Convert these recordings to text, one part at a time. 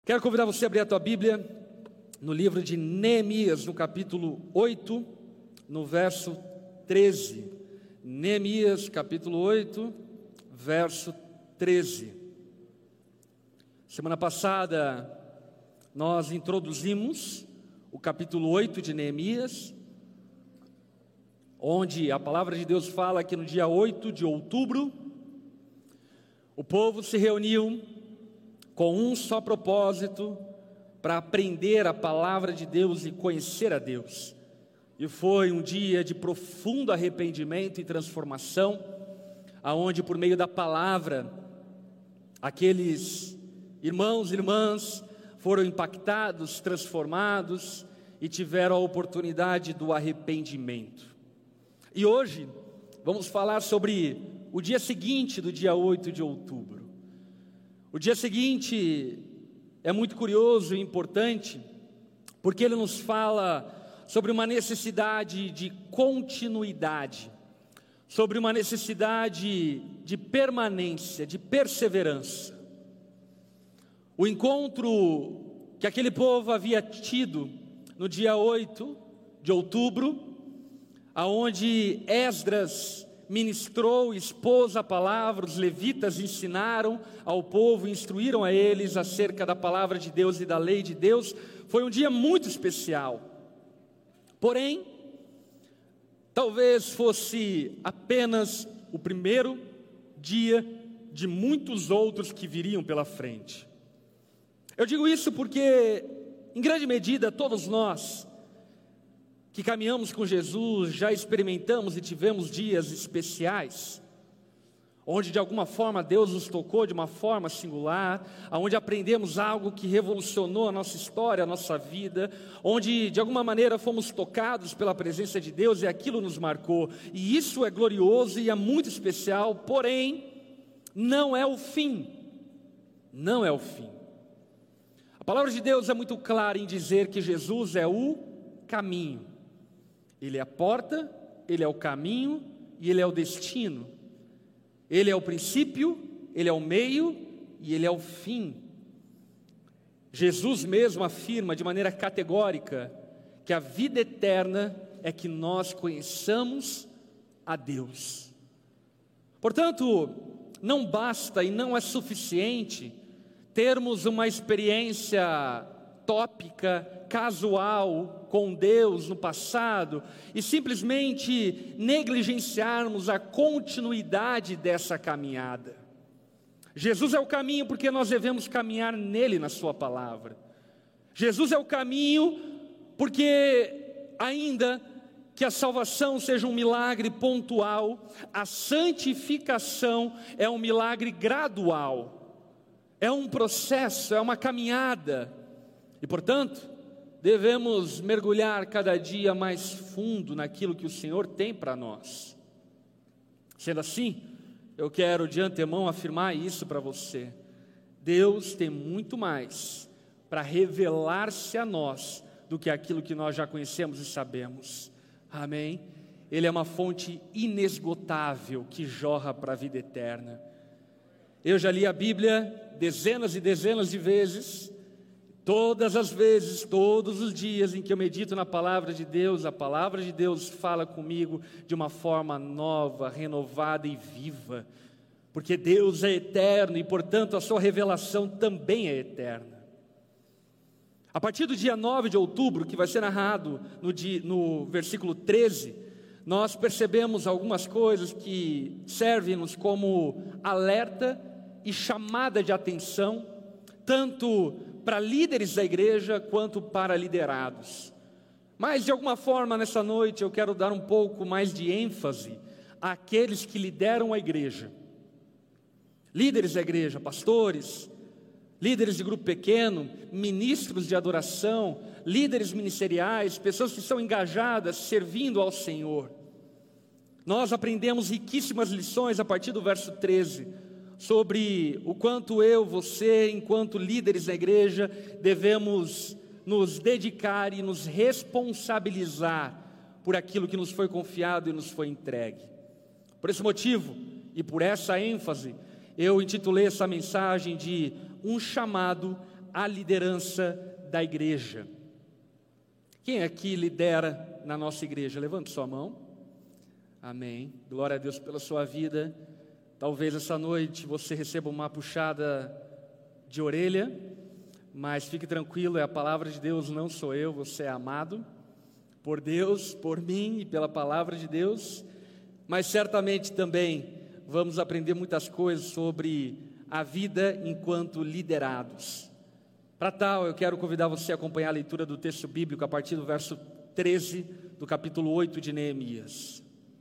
Quero convidar você a abrir a tua Bíblia no livro de Neemias, no capítulo 8, no verso 13. Neemias, capítulo 8, verso 13. Semana passada, nós introduzimos o capítulo 8 de Neemias, onde a palavra de Deus fala que no dia 8 de outubro, o povo se reuniu com um só propósito, para aprender a palavra de Deus e conhecer a Deus. E foi um dia de profundo arrependimento e transformação, aonde por meio da palavra, aqueles irmãos e irmãs foram impactados, transformados e tiveram a oportunidade do arrependimento. E hoje vamos falar sobre o dia seguinte do dia 8 de outubro. O dia seguinte é muito curioso e importante, porque ele nos fala sobre uma necessidade de continuidade, sobre uma necessidade de permanência, de perseverança. O encontro que aquele povo havia tido no dia 8 de outubro, aonde Esdras ministrou, expôs a palavra, os levitas ensinaram ao povo, instruíram a eles acerca da palavra de Deus e da lei de Deus. Foi um dia muito especial. Porém, talvez fosse apenas o primeiro dia de muitos outros que viriam pela frente. Eu digo isso porque, em grande medida, todos nós que caminhamos com Jesus, já experimentamos e tivemos dias especiais, onde de alguma forma Deus nos tocou de uma forma singular, onde aprendemos algo que revolucionou a nossa história, a nossa vida, onde de alguma maneira fomos tocados pela presença de Deus e aquilo nos marcou, e isso é glorioso e é muito especial, porém, não é o fim, não é o fim. A palavra de Deus é muito clara em dizer que Jesus é o caminho. Ele é a porta, Ele é o caminho e Ele é o destino. Ele é o princípio, Ele é o meio e Ele é o fim. Jesus mesmo afirma de maneira categórica que a vida eterna é que nós conheçamos a Deus. Portanto, não basta e não é suficiente termos uma experiência tópica, casual com Deus no passado e simplesmente negligenciarmos a continuidade dessa caminhada. Jesus é o caminho porque nós devemos caminhar nele, na sua palavra. Jesus é o caminho porque, ainda que a salvação seja um milagre pontual, a santificação é um milagre gradual, é um processo, é uma caminhada. E, portanto, devemos mergulhar cada dia mais fundo naquilo que o Senhor tem para nós. Sendo assim, eu quero de antemão afirmar isso para você. Deus tem muito mais para revelar-se a nós do que aquilo que nós já conhecemos e sabemos. Amém? Ele é uma fonte inesgotável que jorra para a vida eterna. Eu já li a Bíblia dezenas e dezenas de vezes. Todas as vezes, todos os dias em que eu medito na palavra de Deus, a palavra de Deus fala comigo de uma forma nova, renovada e viva, porque Deus é eterno e, portanto, a sua revelação também é eterna. A partir do dia 9 de outubro, que vai ser narrado no versículo 13, nós percebemos algumas coisas que servem-nos como alerta e chamada de atenção, tanto para líderes da igreja, quanto para liderados. Mas de alguma forma nessa noite eu quero dar um pouco mais de ênfase àqueles que lideram a igreja. Líderes da igreja, pastores, líderes de grupo pequeno, ministros de adoração, líderes ministeriais, pessoas que são engajadas, servindo ao Senhor. Nós aprendemos riquíssimas lições a partir do verso 13, sobre o quanto eu, você, enquanto líderes da igreja, devemos nos dedicar e nos responsabilizar por aquilo que nos foi confiado e nos foi entregue. Por esse motivo e por essa ênfase, eu intitulei essa mensagem de um chamado a liderança da igreja. Quem aqui lidera na nossa igreja? Levante sua mão. Amém. Glória a Deus pela sua vida. Talvez essa noite você receba uma puxada de orelha, mas fique tranquilo, é a palavra de Deus, não sou eu. Você é amado por Deus, por mim e pela palavra de Deus. Mas certamente também vamos aprender muitas coisas sobre a vida enquanto liderados. Para tal, eu quero convidar você a acompanhar a leitura do texto bíblico a partir do verso 13 do capítulo 8 de Neemias.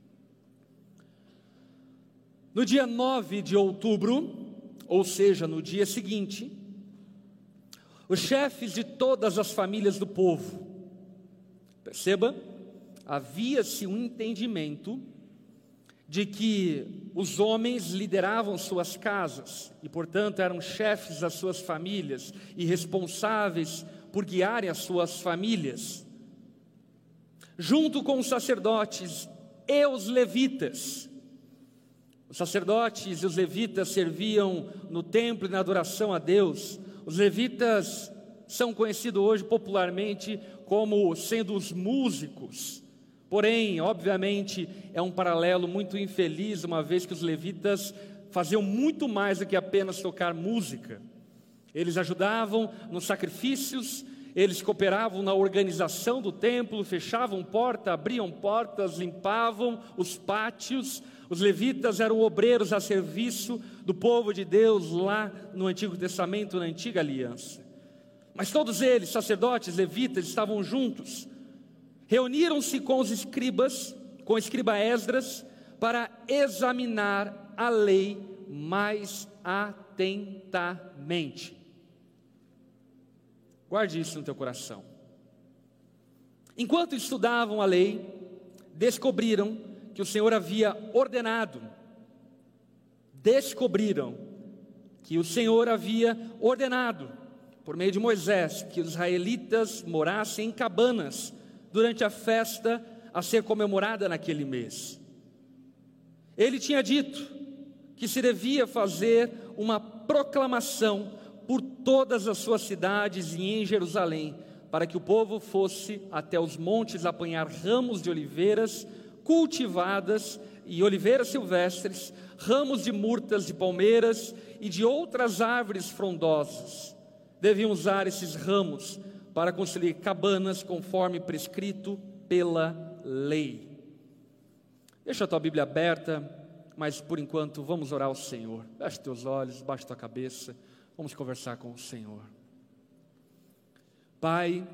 No dia 9 de outubro, ou seja, no dia seguinte, os chefes de todas as famílias do povo, perceba, havia-se um entendimento de que os homens lideravam suas casas e, portanto, eram chefes das suas famílias e responsáveis por guiarem as suas famílias, junto com os sacerdotes e os levitas. Os sacerdotes e os levitas serviam no templo e na adoração a Deus. Os levitas são conhecidos hoje popularmente como sendo os músicos. Porém, obviamente, é um paralelo muito infeliz, uma vez que os levitas faziam muito mais do que apenas tocar música. Eles ajudavam nos sacrifícios, eles cooperavam na organização do templo, fechavam portas, abriam portas, limpavam os pátios. Os levitas eram obreiros a serviço do povo de Deus lá no Antigo Testamento, na Antiga Aliança. Mas todos eles, sacerdotes, levitas, estavam juntos. Reuniram-se com os escribas, com o escriba Esdras, para examinar a lei mais atentamente. Guarde isso no teu coração. Enquanto estudavam a lei, descobriram que o Senhor havia ordenado, por meio de Moisés, que os israelitas morassem em cabanas durante a festa a ser comemorada naquele mês. Ele tinha dito que se devia fazer uma proclamação por todas as suas cidades e em Jerusalém, para que o povo fosse até os montes apanhar ramos de oliveiras cultivadas e oliveiras silvestres, ramos de murtas, de palmeiras e de outras árvores frondosas. Deviam usar esses ramos para construir cabanas conforme prescrito pela lei. Deixa a tua Bíblia aberta, mas por enquanto vamos orar ao Senhor. Feche teus olhos, baixe tua cabeça, vamos conversar com o Senhor. Pai,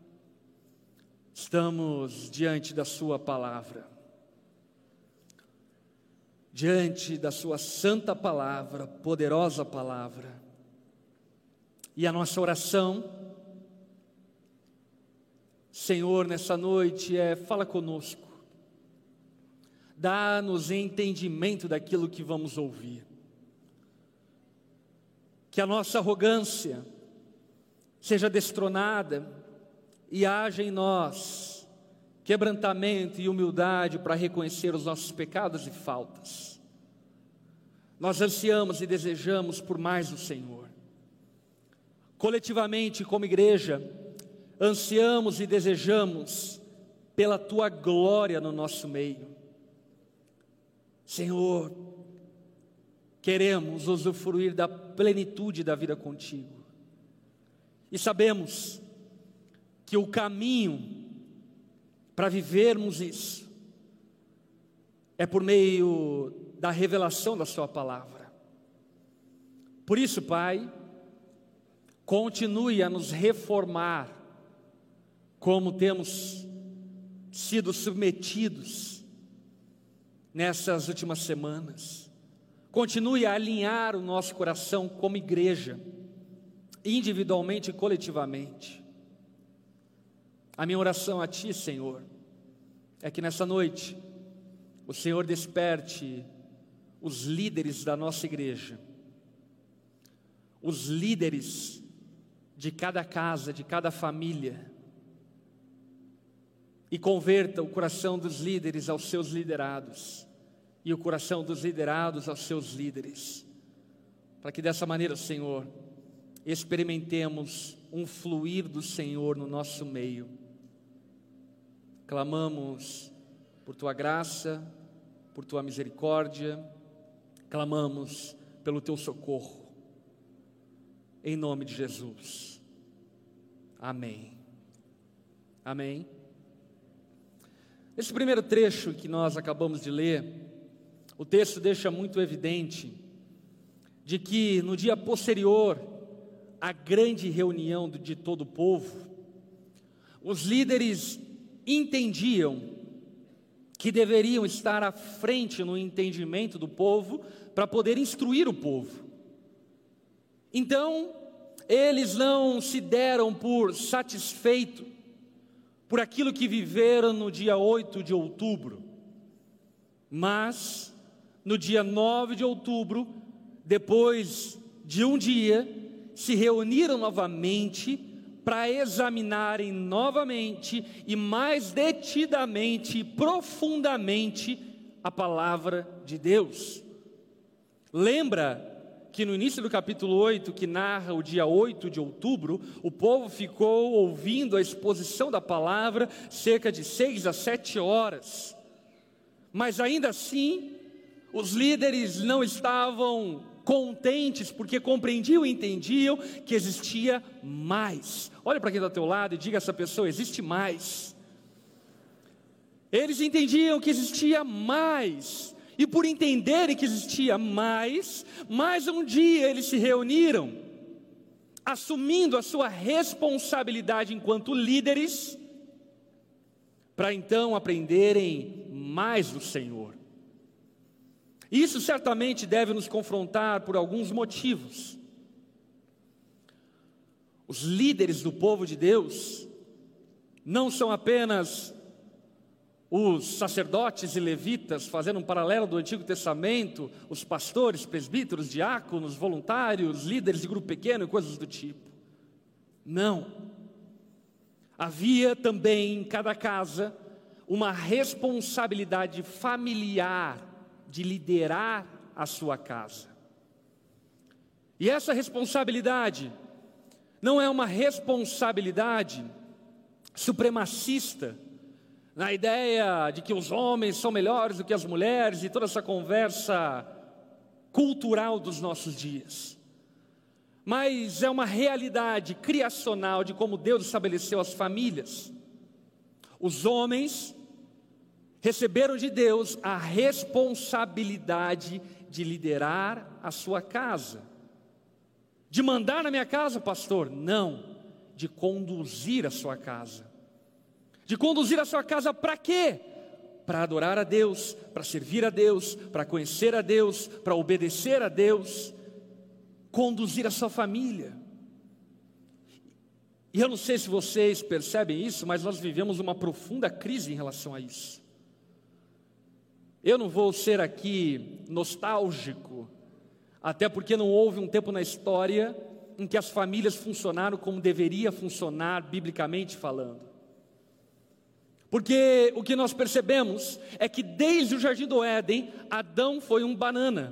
estamos diante da sua palavra, diante da sua santa palavra, poderosa palavra, e a nossa oração, Senhor, nessa noite fala conosco, dá-nos entendimento daquilo que vamos ouvir, que a nossa arrogância seja destronada e haja em nós quebrantamento e humildade para reconhecer os nossos pecados e faltas. Nós ansiamos e desejamos por mais do Senhor. Coletivamente, como igreja, ansiamos e desejamos pela Tua glória no nosso meio. Senhor, queremos usufruir da plenitude da vida contigo. E sabemos que o caminho para vivermos isso é por meio da revelação da sua palavra. Por isso, Pai, continue a nos reformar como temos sido submetidos nessas últimas semanas. Continue a alinhar o nosso coração como igreja, individualmente e coletivamente. A minha oração a Ti, Senhor, é que nessa noite o Senhor desperte os líderes da nossa igreja, os líderes de cada casa, de cada família, e converta o coração dos líderes aos seus liderados, e o coração dos liderados aos seus líderes, para que dessa maneira, Senhor, experimentemos um fluir do Senhor no nosso meio. Clamamos por Tua graça, por Tua misericórdia, clamamos pelo Teu socorro, em nome de Jesus. Amém. Amém. Nesse primeiro trecho que nós acabamos de ler, o texto deixa muito evidente de que no dia posterior à grande reunião de todo o povo, os líderes entendiam que deveriam estar à frente no entendimento do povo para poder instruir o povo. Então, eles não se deram por satisfeitos por aquilo que viveram no dia 8 de outubro, mas no dia 9 de outubro, depois de um dia, se reuniram novamente para examinarem novamente e mais detidamente e profundamente a palavra de Deus. Lembra que no início do capítulo 8, que narra o dia 8 de outubro, o povo ficou ouvindo a exposição da palavra cerca de 6 a 7 horas. Mas ainda assim, os líderes não estavam contentes, porque compreendiam e entendiam que existia mais. Olha para quem está ao teu lado e diga a essa pessoa: existe mais. Eles entendiam que existia mais, e por entenderem que existia mais um dia eles se reuniram, assumindo a sua responsabilidade enquanto líderes, para então aprenderem mais do Senhor. Isso certamente deve nos confrontar por alguns motivos. Os líderes do povo de Deus não são apenas os sacerdotes e levitas, fazendo um paralelo do Antigo Testamento, os pastores, presbíteros, diáconos, voluntários, líderes de grupo pequeno e coisas do tipo. Não. Havia também em cada casa uma responsabilidade familiar de liderar a sua casa. E essa responsabilidade não é uma responsabilidade supremacista, na ideia de que os homens são melhores do que as mulheres e toda essa conversa cultural dos nossos dias. Mas é uma realidade criacional de como Deus estabeleceu as famílias. Os homens receberam de Deus a responsabilidade de liderar a sua casa. De mandar na minha casa, pastor? Não, de conduzir a sua casa. De conduzir a sua casa para quê? Para adorar a Deus, para servir a Deus, para conhecer a Deus, para obedecer a Deus, conduzir a sua família. E eu não sei se vocês percebem isso, mas nós vivemos uma profunda crise em relação a isso. Eu não vou ser aqui nostálgico, até porque não houve um tempo na história em que as famílias funcionaram como deveria funcionar, biblicamente falando. Porque o que nós percebemos é que desde o Jardim do Éden, Adão foi um banana.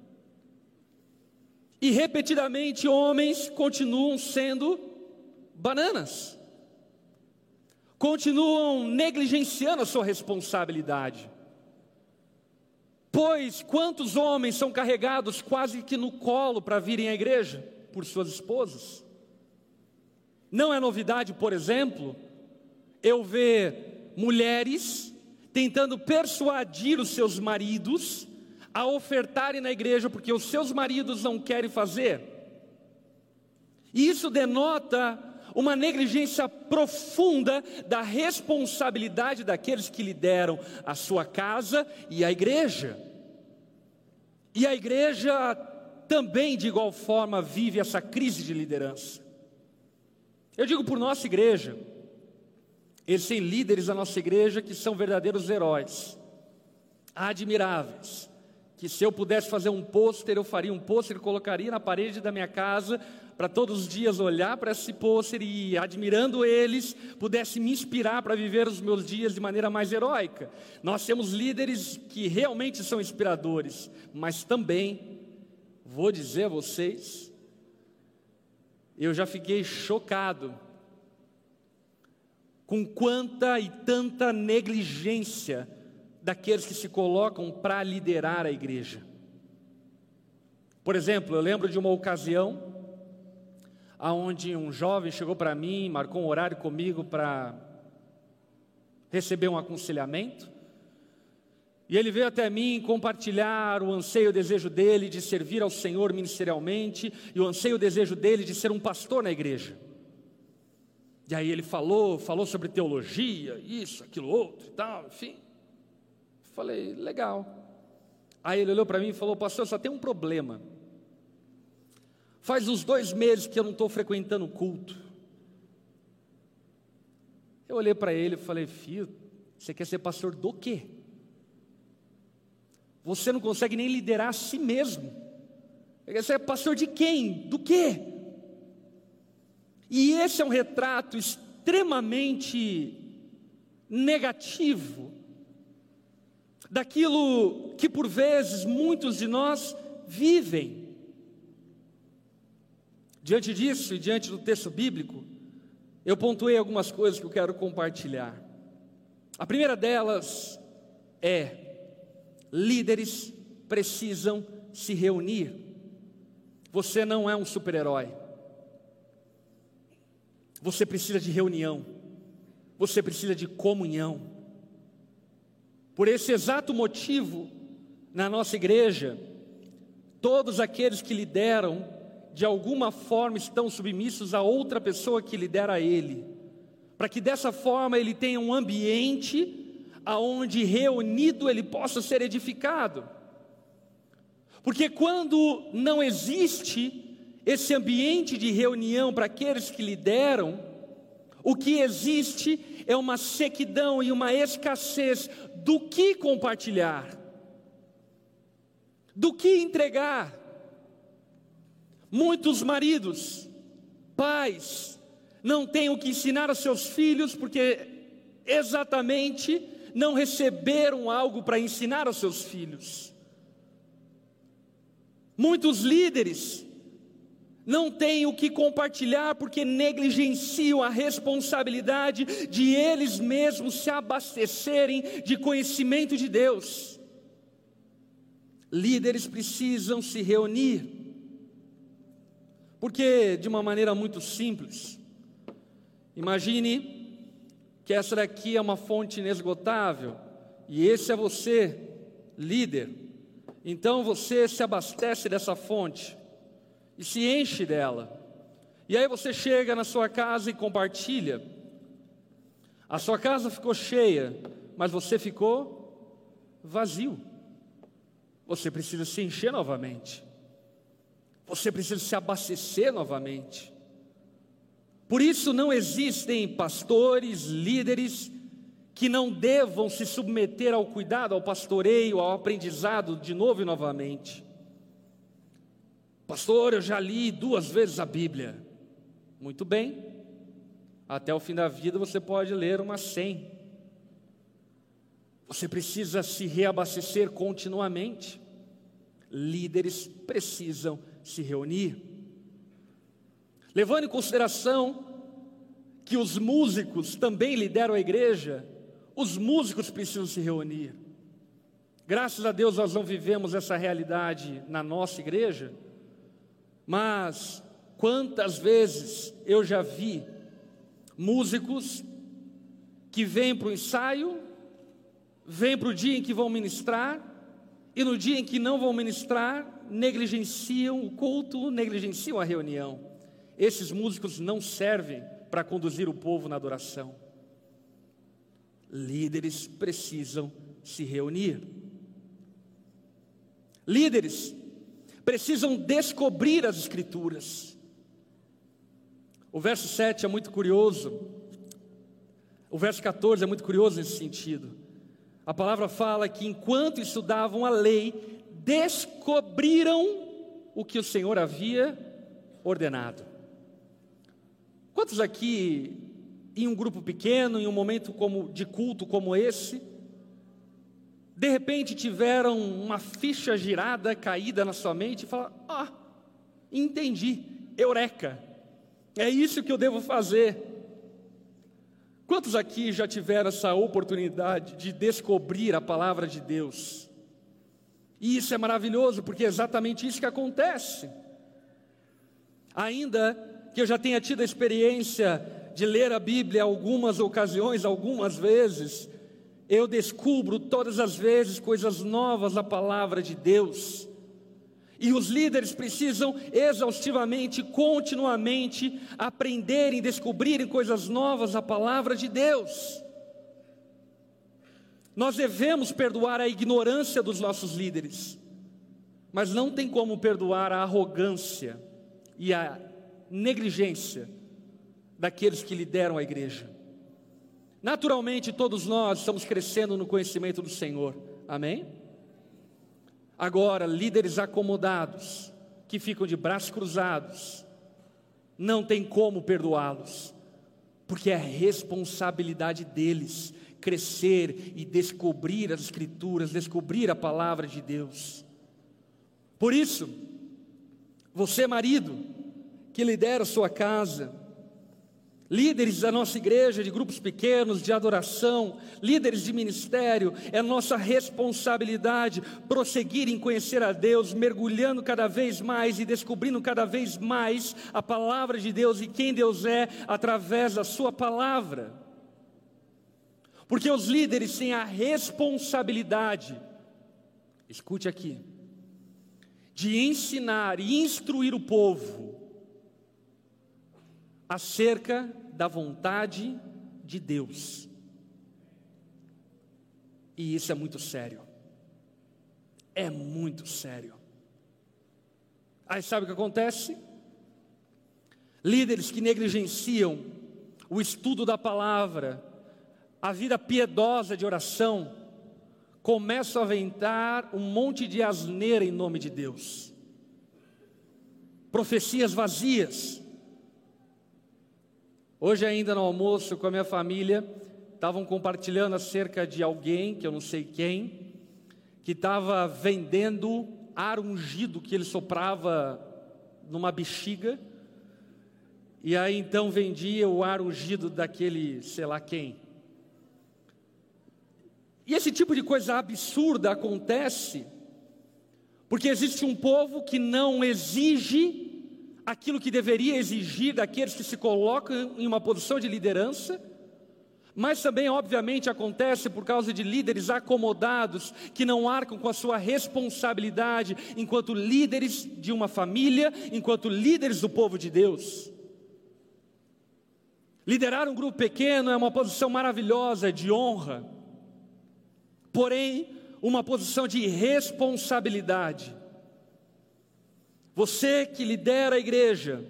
E repetidamente homens continuam sendo bananas. Continuam negligenciando a sua responsabilidade. Pois quantos homens são carregados quase que no colo para virem à igreja por suas esposas? Não é novidade, por exemplo, eu ver mulheres tentando persuadir os seus maridos a ofertarem na igreja porque os seus maridos não querem fazer. E isso denota uma negligência profunda da responsabilidade daqueles que lideram a sua casa e a igreja. E a igreja também, de igual forma, vive essa crise de liderança. Eu digo por nossa igreja, existem líderes da nossa igreja que são verdadeiros heróis, admiráveis, que se eu pudesse fazer um pôster, eu faria um pôster e colocaria na parede da minha casa, para todos os dias olhar para esse pôster e, admirando eles, pudesse me inspirar para viver os meus dias de maneira mais heróica. Nós temos líderes que realmente são inspiradores, mas também, vou dizer a vocês, eu já fiquei chocado com quanta e tanta negligência daqueles que se colocam para liderar a igreja. Por exemplo, eu lembro de uma ocasião onde um jovem chegou para mim, marcou um horário comigo para receber um aconselhamento, e ele veio até mim compartilhar o anseio e o desejo dele de servir ao Senhor ministerialmente, e o anseio e o desejo dele de ser um pastor na igreja. E aí ele falou sobre teologia, isso, aquilo, outro e tal, enfim. Falei, legal. Aí ele olhou para mim e falou, pastor, só tem um problema. Faz uns 2 meses que eu não estou frequentando o culto. Eu olhei para ele e falei, filho, você quer ser pastor do quê? Você não consegue nem liderar a si mesmo. Você é pastor de quem? Do quê? E esse é um retrato extremamente negativo daquilo que por vezes muitos de nós vivem. Diante disso e diante do texto bíblico, eu pontuei algumas coisas que eu quero compartilhar. A primeira delas é: líderes precisam se reunir. Você não é um super-herói. Você precisa de reunião. Você precisa de comunhão. Por esse exato motivo, na nossa igreja, todos aqueles que lideram, de alguma forma estão submissos a outra pessoa que lidera ele, para que dessa forma ele tenha um ambiente aonde reunido ele possa ser edificado. Porque quando não existe esse ambiente de reunião para aqueles que lideram, o que existe é uma sequidão e uma escassez do que compartilhar, do que entregar. Muitos maridos, pais, não têm o que ensinar aos seus filhos porque exatamente não receberam algo para ensinar aos seus filhos. Muitos líderes não têm o que compartilhar porque negligenciam a responsabilidade de eles mesmos se abastecerem de conhecimento de Deus. Líderes precisam se reunir. Porque, de uma maneira muito simples, imagine que essa daqui é uma fonte inesgotável, e esse é você, líder. Então você se abastece dessa fonte, e se enche dela, e aí você chega na sua casa e compartilha. A sua casa ficou cheia, mas você ficou vazio. Você precisa se encher novamente. Você precisa se abastecer novamente. Por isso não existem pastores, líderes que não devam se submeter ao cuidado, ao pastoreio, ao aprendizado de novo e novamente. Pastor, eu já li 2 vezes a Bíblia. Muito bem. Até o fim da vida você pode ler umas 100. Você precisa se reabastecer continuamente. Líderes precisam se reunir. Levando em consideração que os músicos também lideram a igreja, os músicos precisam se reunir. Graças a Deus nós não vivemos essa realidade na nossa igreja, mas quantas vezes eu já vi músicos que vêm para o ensaio, vêm para o dia em que vão ministrar, e no dia em que não vão ministrar, negligenciam o culto, negligenciam a reunião. Esses músicos não servem para conduzir o povo na adoração. Líderes precisam se reunir. Líderes precisam descobrir as Escrituras. O verso 7 é muito curioso. O verso 14 é muito curioso nesse sentido. A palavra fala que enquanto estudavam a lei, descobriram o que o Senhor havia ordenado. Quantos aqui, em um grupo pequeno, em um momento de culto como esse, de repente tiveram uma ficha girada, caída na sua mente, e falaram: entendi, eureka, É isso que eu devo fazer. Quantos aqui já tiveram essa oportunidade de descobrir a palavra de Deus? E isso é maravilhoso, porque é exatamente isso que acontece. Ainda que eu já tenha tido a experiência de ler a Bíblia algumas ocasiões, algumas vezes, eu descubro todas as vezes coisas novas da palavra de Deus. E os líderes precisam exaustivamente, continuamente aprenderem, descobrirem coisas novas da palavra de Deus. Nós devemos perdoar a ignorância dos nossos líderes, mas não tem como perdoar a arrogância e a negligência daqueles que lideram a igreja. Naturalmente, todos nós estamos crescendo no conhecimento do Senhor, amém? Agora, líderes acomodados, que ficam de braços cruzados, não tem como perdoá-los, porque é responsabilidade deles crescer e descobrir as Escrituras, descobrir a palavra de Deus. Por isso, você, marido, que lidera a sua casa, líderes da nossa igreja, de grupos pequenos, de adoração, líderes de ministério, é nossa responsabilidade prosseguir em conhecer a Deus, mergulhando cada vez mais e descobrindo cada vez mais a palavra de Deus e quem Deus é através da sua palavra. Porque os líderes têm a responsabilidade, escute aqui, de ensinar e instruir o povo acerca da vontade de Deus. E isso é muito sério. É muito sério. Aí sabe o que acontece? Líderes que negligenciam o estudo da palavra, a vida piedosa de oração, começam a aventar um monte de asneira em nome de Deus. Profecias vazias. Hoje ainda no almoço com a minha família, estavam compartilhando acerca de alguém, que eu não sei quem, que estava vendendo ar ungido que ele soprava numa bexiga, e aí então vendia o ar ungido daquele sei lá quem. E esse tipo de coisa absurda acontece porque existe um povo que não exige aquilo que deveria exigir daqueles que se colocam em uma posição de liderança, mas também obviamente acontece por causa de líderes acomodados que não arcam com a sua responsabilidade enquanto líderes de uma família, enquanto líderes do povo de Deus. Liderar um grupo pequeno é uma posição maravilhosa de honra, porém uma posição de responsabilidade. Você que lidera a igreja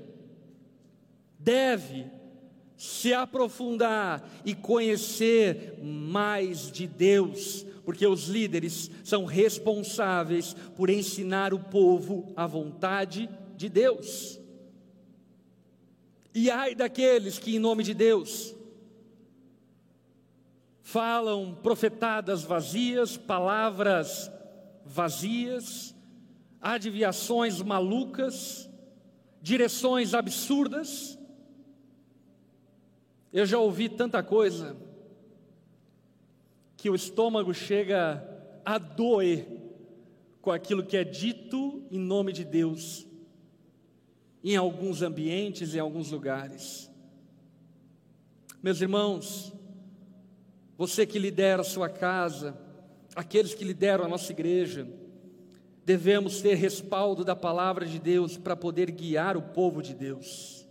deve se aprofundar e conhecer mais de Deus, porque os líderes são responsáveis por ensinar o povo a vontade de Deus. E ai daqueles que em nome de Deus falam profetadas vazias, palavras vazias, adivinhações malucas, direções absurdas. Eu já ouvi tanta coisa que o estômago chega a doer com aquilo que é dito em nome de Deus, em alguns ambientes, em alguns lugares. Meus irmãos, você que lidera a sua casa, aqueles que lideram a nossa igreja, devemos ter respaldo da palavra de Deus para poder guiar o povo de Deus.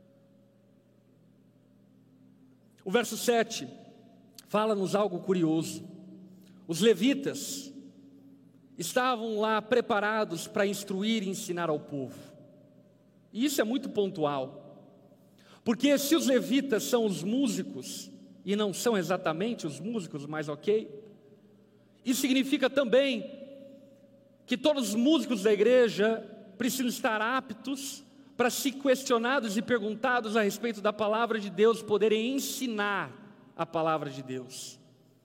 O verso 7 fala-nos algo curioso. Os levitas estavam lá preparados para instruir e ensinar ao povo. E isso é muito pontual, porque se os levitas são os músicos, e não são exatamente os músicos, mas ok, isso significa também que todos os músicos da igreja precisam estar aptos para, se questionados e perguntados a respeito da palavra de Deus, poderem ensinar a palavra de Deus.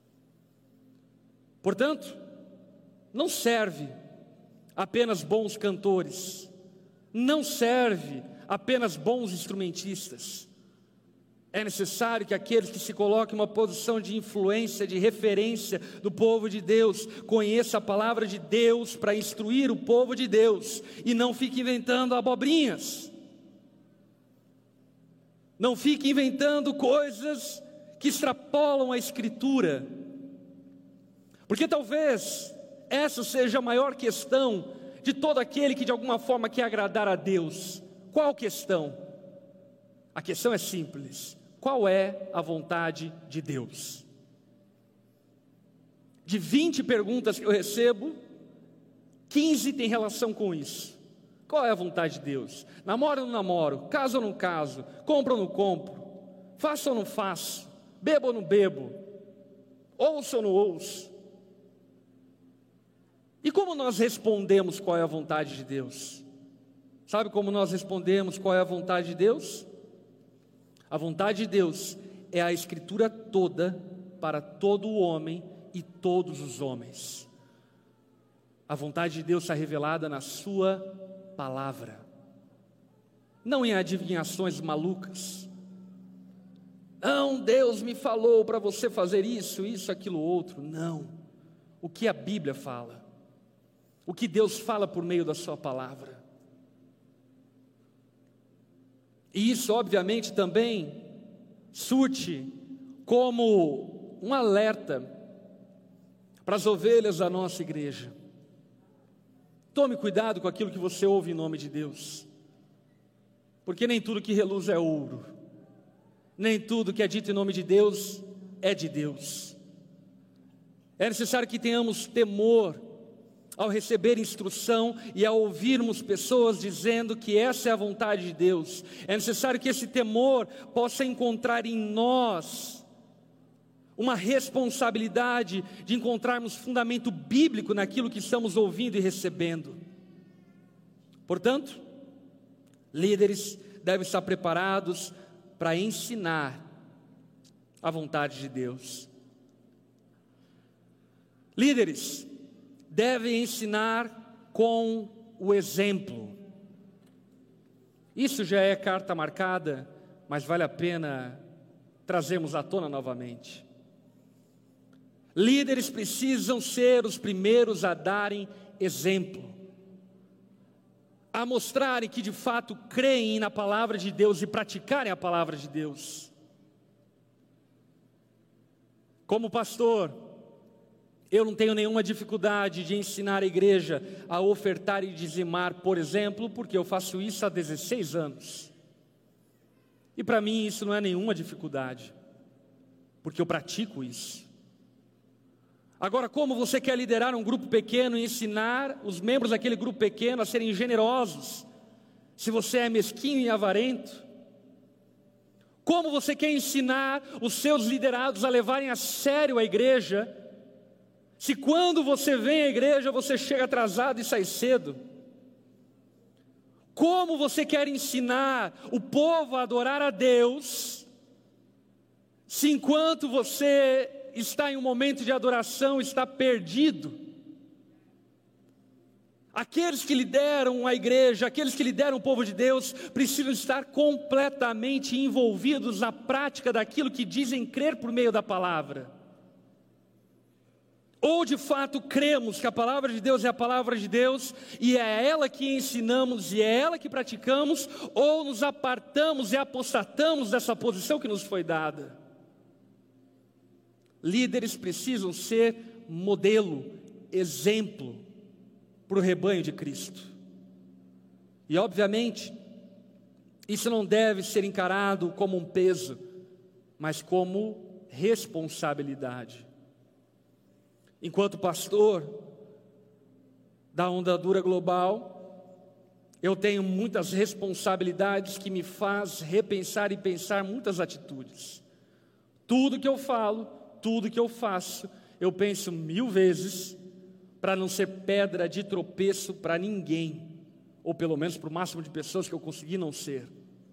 Portanto, não serve apenas bons cantores, não serve apenas bons instrumentistas. É necessário que aqueles que se colocam em uma posição de influência, de referência do povo de Deus, conheçam a palavra de Deus para instruir o povo de Deus, e não fique inventando abobrinhas. Não fique inventando coisas que extrapolam a Escritura, porque talvez essa seja a maior questão de todo aquele que de alguma forma quer agradar a Deus. Qual questão? A questão é simples: qual é a vontade de Deus? De 20 perguntas que eu recebo, 15 tem relação com isso. Qual é a vontade de Deus? Namoro ou não namoro? Caso ou não caso? Compro ou não compro? Faço ou não faço? Bebo ou não bebo? Ouço ou não ouço? E como nós respondemos qual é a vontade de Deus? Sabe como nós respondemos qual é a vontade de Deus? A vontade de Deus é a Escritura toda para todo o homem e todos os homens. A vontade de Deus está revelada na sua palavra, não em adivinhações malucas. Não, Deus me falou para você fazer isso, isso, aquilo, outro. Não. O que a Bíblia fala, o que Deus fala por meio da sua palavra. E isso, obviamente, também surte como um alerta para as ovelhas da nossa igreja. Tome cuidado com aquilo que você ouve em nome de Deus, porque nem tudo que reluz é ouro, nem tudo que é dito em nome de Deus é de Deus. É necessário que tenhamos temor ao receber instrução e ao ouvirmos pessoas dizendo que essa é a vontade de Deus. É necessário que esse temor possa encontrar em nós uma responsabilidade de encontrarmos fundamento bíblico naquilo que estamos ouvindo e recebendo. Portanto, líderes devem estar preparados para ensinar a vontade de Deus. Líderes devem ensinar com o exemplo. Isso já é carta marcada, mas vale a pena trazermos à tona novamente. Líderes precisam ser os primeiros a darem exemplo, a mostrarem que de fato creem na palavra de Deus e praticarem a palavra de Deus. Como pastor, eu não tenho nenhuma dificuldade de ensinar a igreja a ofertar e dizimar, por exemplo, porque eu faço isso há 16 anos. E para mim isso não é nenhuma dificuldade, porque eu pratico isso. Agora, como você quer liderar um grupo pequeno e ensinar os membros daquele grupo pequeno a serem generosos, se você é mesquinho e avarento? Como você quer ensinar os seus liderados a levarem a sério a igreja, se quando você vem à igreja você chega atrasado e sai cedo? Como você quer ensinar o povo a adorar a Deus, se enquanto você está em um momento de adoração está perdido? Aqueles que lideram a igreja, aqueles que lideram o povo de Deus, precisam estar completamente envolvidos na prática daquilo que dizem crer por meio da palavra. Ou de fato cremos que a palavra de Deus é a palavra de Deus, e é ela que ensinamos e é ela que praticamos, ou nos apartamos e apostatamos dessa posição que nos foi dada. Líderes precisam ser modelo, exemplo para o rebanho de Cristo. E obviamente, isso não deve ser encarado como um peso, mas como responsabilidade. Enquanto pastor da Onda Dura Global, eu tenho muitas responsabilidades que me faz repensar e pensar muitas atitudes. Tudo que eu falo, tudo que eu faço, eu penso 1000 vezes para não ser pedra de tropeço para ninguém, ou pelo menos para o máximo de pessoas que eu conseguir não ser.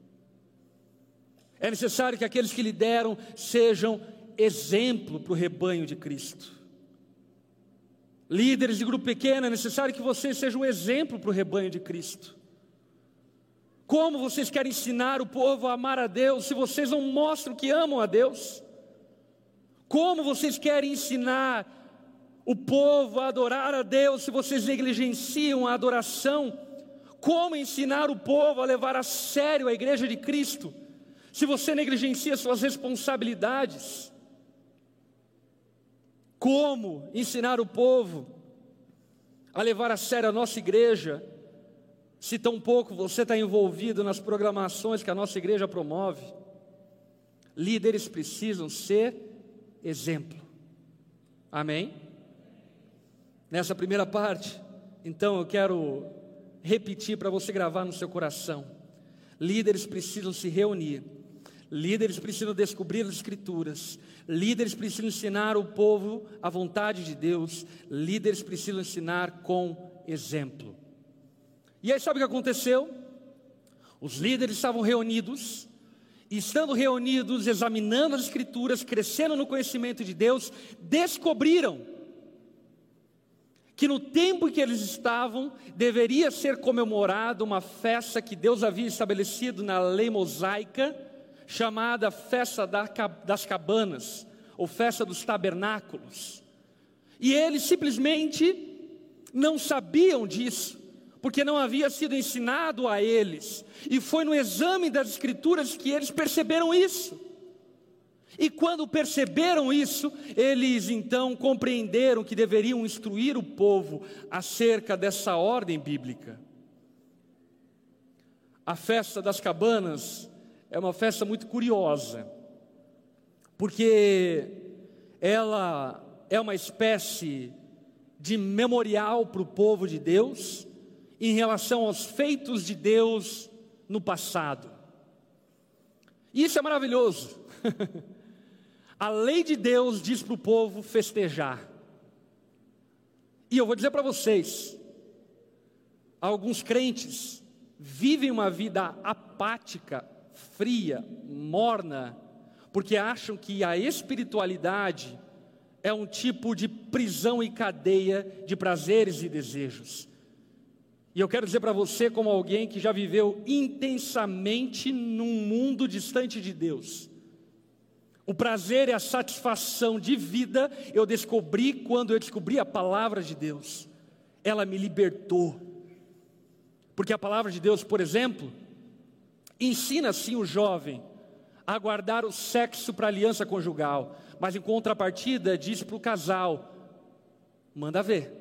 É necessário que aqueles que lideram sejam exemplo para o rebanho de Cristo. Líderes de grupo pequeno, é necessário que vocês sejam um exemplo para o rebanho de Cristo. Como vocês querem ensinar o povo a amar a Deus se vocês não mostram que amam a Deus? Como vocês querem ensinar o povo a adorar a Deus se vocês negligenciam a adoração? Como ensinar o povo a levar a sério a igreja de Cristo se você negligencia suas responsabilidades? Como ensinar o povo a levar a sério a nossa igreja se tão pouco você está envolvido nas programações que a nossa igreja promove? Líderes precisam ser exemplo. Amém? Nessa primeira parte, então eu quero repetir para você gravar no seu coração. Líderes precisam se reunir. Líderes precisam descobrir as Escrituras. Líderes precisam ensinar o povo a vontade de Deus. Líderes precisam ensinar com exemplo. E aí sabe o que aconteceu? Os líderes estavam reunidos, e estando reunidos, examinando as Escrituras, crescendo no conhecimento de Deus, descobriram que no tempo em que eles estavam, deveria ser comemorada uma festa que Deus havia estabelecido na lei mosaica, chamada Festa das Cabanas, ou Festa dos Tabernáculos. E eles simplesmente não sabiam disso, porque não havia sido ensinado a eles, e foi no exame das Escrituras que eles perceberam isso. E quando perceberam isso, eles então compreenderam que deveriam instruir o povo acerca dessa ordem bíblica. A Festa das Cabanas é uma festa muito curiosa, porque ela é uma espécie de memorial para o povo de Deus, em relação aos feitos de Deus no passado. E isso é maravilhoso. A lei de Deus diz para o povo festejar. E eu vou dizer para vocês, alguns crentes vivem uma vida apática, fria, morna, porque acham que a espiritualidade é um tipo de prisão e cadeia de prazeres e desejos. E eu quero dizer para você, como alguém que já viveu intensamente num mundo distante de Deus, o prazer e a satisfação de vida eu descobri quando eu descobri a palavra de Deus. Ela me libertou. Porque a palavra de Deus, por exemplo, ensina sim o jovem a guardar o sexo para a aliança conjugal, mas em contrapartida diz para o casal: manda ver.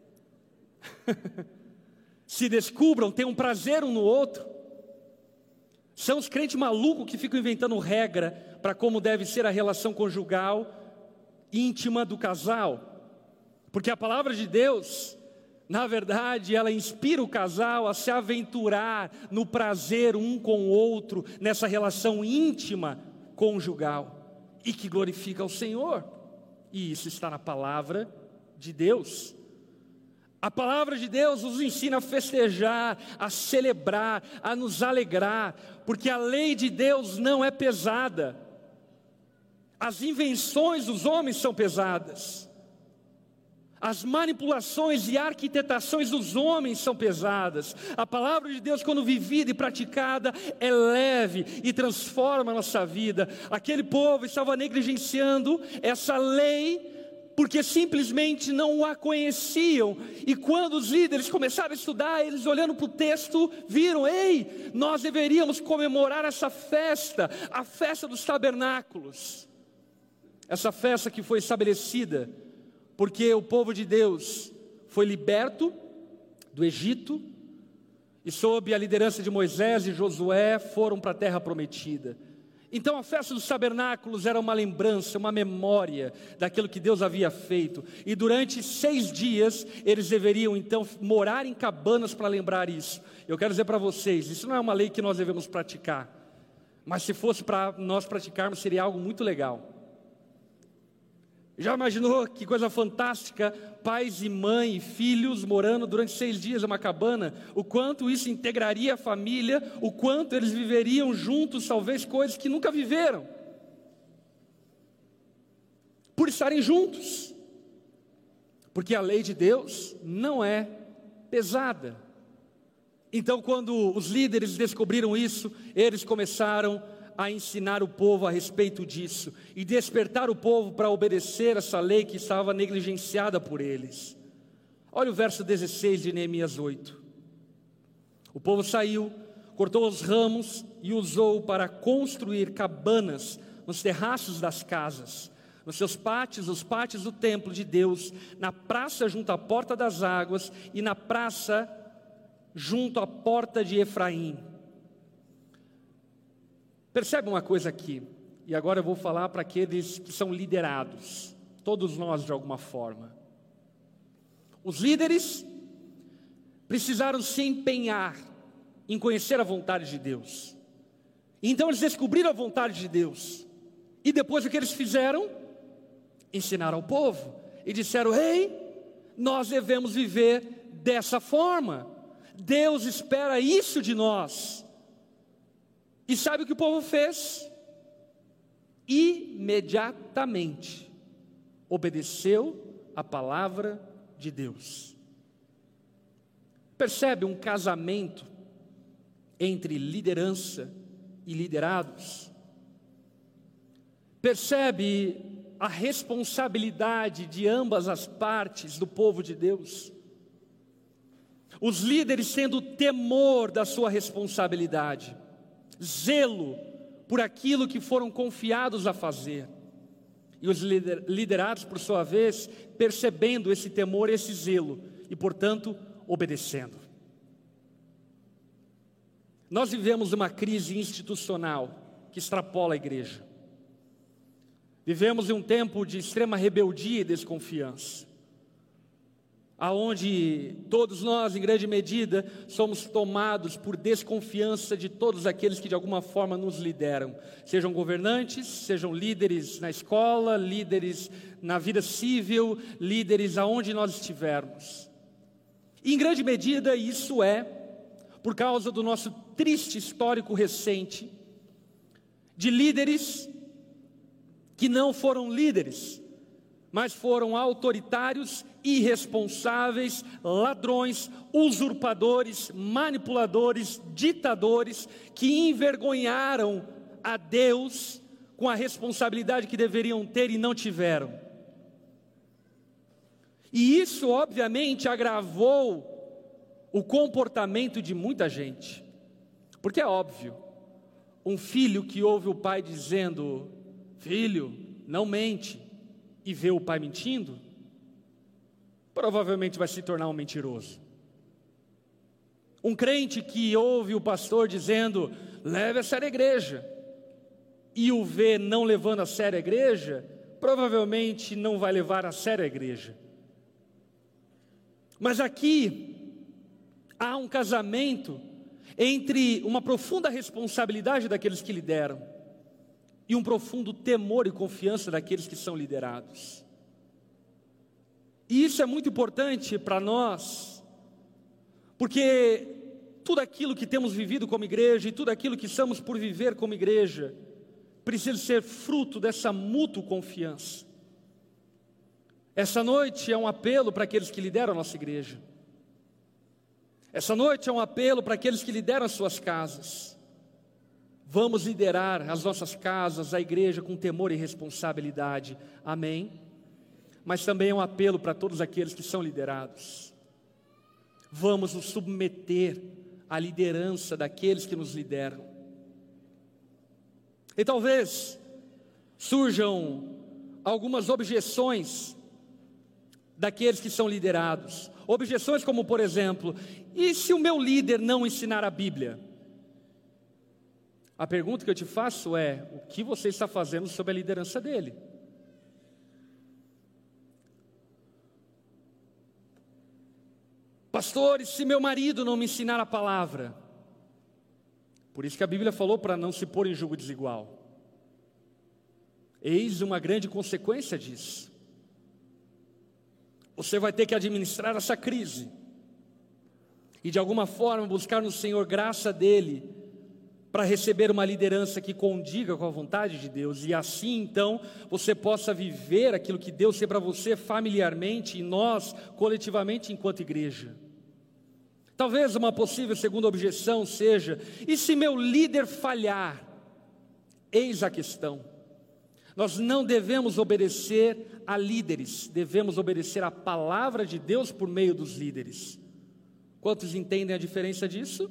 Se descubram, tenham prazer um no outro. São os crentes malucos que ficam inventando regra para como deve ser a relação conjugal íntima do casal. Porque a palavra de Deus, na verdade, ela inspira o casal a se aventurar no prazer um com o outro, nessa relação íntima conjugal, e que glorifica ao Senhor. E isso está na palavra de Deus. A palavra de Deus nos ensina a festejar, a celebrar, a nos alegrar, porque a lei de Deus não é pesada. As invenções dos homens são pesadas. As manipulações e arquitetações dos homens são pesadas. A palavra de Deus, quando vivida e praticada, é leve e transforma a nossa vida. Aquele povo estava negligenciando essa lei, porque simplesmente não a conheciam. E quando os líderes começaram a estudar, eles olhando para o texto, viram: ei, nós deveríamos comemorar essa festa, a festa dos tabernáculos. Essa festa que foi estabelecida porque o povo de Deus foi liberto do Egito, e sob a liderança de Moisés e Josué foram para a terra prometida. Então a festa dos tabernáculos era uma lembrança, uma memória daquilo que Deus havia feito. E durante 6 dias eles deveriam então morar em cabanas para lembrar isso. Eu quero dizer para vocês, isso não é uma lei que nós devemos praticar, mas se fosse para nós praticarmos seria algo muito legal. Já imaginou que coisa fantástica, pais e mãe e filhos morando durante 6 dias em uma cabana? O quanto isso integraria a família, o quanto eles viveriam juntos, talvez coisas que nunca viveram, por estarem juntos. Porque a lei de Deus não é pesada. Então, quando os líderes descobriram isso, eles começaram a ensinar o povo a respeito disso e despertar o povo para obedecer essa lei que estava negligenciada por eles. Olha o verso 16 de Neemias 8. O povo saiu, cortou os ramos e usou para construir cabanas nos terraços das casas, nos seus pátios, os pátios do templo de Deus, na praça junto à porta das águas e na praça junto à porta de Efraim. Percebe uma coisa aqui, e agora eu vou falar para aqueles que são liderados, todos nós de alguma forma. Os líderes precisaram se empenhar em conhecer a vontade de Deus. Então eles descobriram a vontade de Deus. E depois o que eles fizeram? Ensinaram ao povo. E disseram: ei, nós devemos viver dessa forma. Deus espera isso de nós. E sabe o que o povo fez? Imediatamente obedeceu a palavra de Deus. Percebe um casamento entre liderança e liderados? Percebe a responsabilidade de ambas as partes do povo de Deus? Os líderes tendo temor da sua responsabilidade, zelo por aquilo que foram confiados a fazer, e os liderados, por sua vez, percebendo esse temor, esse zelo, e portanto, obedecendo. Nós vivemos uma crise institucional que extrapola a igreja. Vivemos em um tempo de extrema rebeldia e desconfiança, aonde todos nós, em grande medida, somos tomados por desconfiança de todos aqueles que de alguma forma nos lideram, sejam governantes, sejam líderes na escola, líderes na vida civil, líderes aonde nós estivermos. E em grande medida isso é por causa do nosso triste histórico recente de líderes que não foram líderes, mas foram autoritários, irresponsáveis, ladrões, usurpadores, manipuladores, ditadores, que envergonharam a Deus com a responsabilidade que deveriam ter e não tiveram. E isso obviamente agravou o comportamento de muita gente, porque é óbvio, um filho que ouve o pai dizendo: filho, não mente, e vê o pai mentindo, provavelmente vai se tornar um mentiroso. Um crente que ouve o pastor dizendo: leve a sério a igreja, e o vê não levando a sério a igreja, provavelmente não vai levar a sério a igreja. Mas aqui há um casamento entre uma profunda responsabilidade daqueles que lideram e um profundo temor e confiança daqueles que são liderados. E isso é muito importante para nós, porque tudo aquilo que temos vivido como igreja e tudo aquilo que estamos por viver como igreja precisa ser fruto dessa mútua confiança. Essa noite é um apelo para aqueles que lideram a nossa igreja. Essa noite é um apelo para aqueles que lideram as suas casas. Vamos liderar as nossas casas, a igreja, com temor e responsabilidade. Amém? Mas também é um apelo para todos aqueles que são liderados. Vamos nos submeter à liderança daqueles que nos lideram. E talvez surjam algumas objeções daqueles que são liderados. Objeções como, por exemplo: e se o meu líder não ensinar a Bíblia? A pergunta que eu te faço é: o que você está fazendo sob a liderança dele? Pastor, e se meu marido não me ensinar a palavra? Por isso que a Bíblia falou para não se pôr em julgo desigual. Eis uma grande consequência disso. Você vai ter que administrar essa crise e de alguma forma buscar no Senhor graça dele para receber uma liderança que condiga com a vontade de Deus, e assim então você possa viver aquilo que Deus tem para você familiarmente e nós coletivamente enquanto igreja. Talvez uma possível segunda objeção seja: e se meu líder falhar? Eis a questão. Nós não devemos obedecer a líderes, devemos obedecer a palavra de Deus por meio dos líderes. Quantos entendem a diferença disso?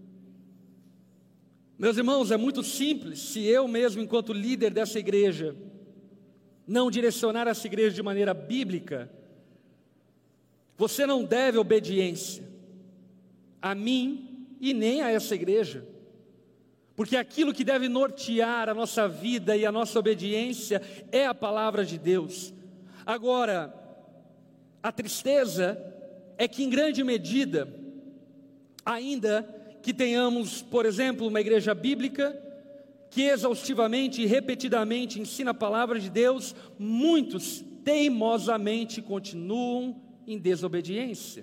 Meus irmãos, é muito simples. Se eu mesmo, enquanto líder dessa igreja, não direcionar essa igreja de maneira bíblica, você não deve obediência a mim e nem a essa igreja, porque aquilo que deve nortear a nossa vida e a nossa obediência é a palavra de Deus. Agora, a tristeza é que, em grande medida, ainda que tenhamos, por exemplo, uma igreja bíblica que exaustivamente e repetidamente ensina a palavra de Deus, muitos teimosamente continuam em desobediência.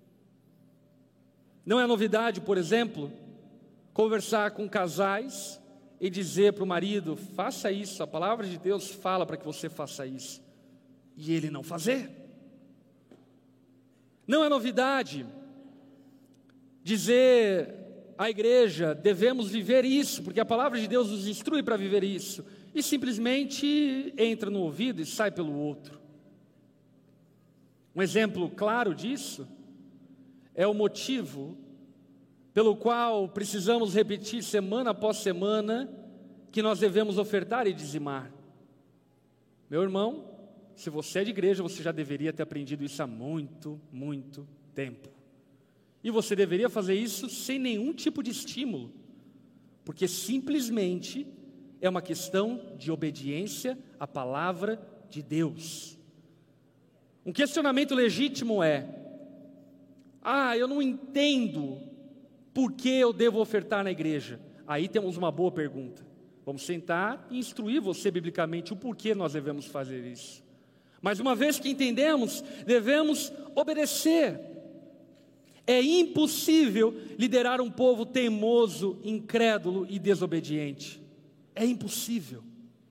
Não é novidade, por exemplo, conversar com casais e dizer para o marido: faça isso, a palavra de Deus fala para que você faça isso, e ele não fazer. Não é novidade dizer à igreja: devemos viver isso, porque a palavra de Deus nos instrui para viver isso, e simplesmente entra no ouvido e sai pelo outro. Um exemplo claro disso é o motivo pelo qual precisamos repetir semana após semana que nós devemos ofertar e dizimar. Meu irmão, se você é de igreja, você já deveria ter aprendido isso há muito, muito tempo. E você deveria fazer isso sem nenhum tipo de estímulo, porque simplesmente é uma questão de obediência à palavra de Deus. Um questionamento legítimo é: eu não entendo por que eu devo ofertar na igreja. Aí temos uma boa pergunta. Vamos sentar e instruir você biblicamente o porquê nós devemos fazer isso. Mas uma vez que entendemos, devemos obedecer. É impossível liderar um povo teimoso, incrédulo e desobediente. É impossível.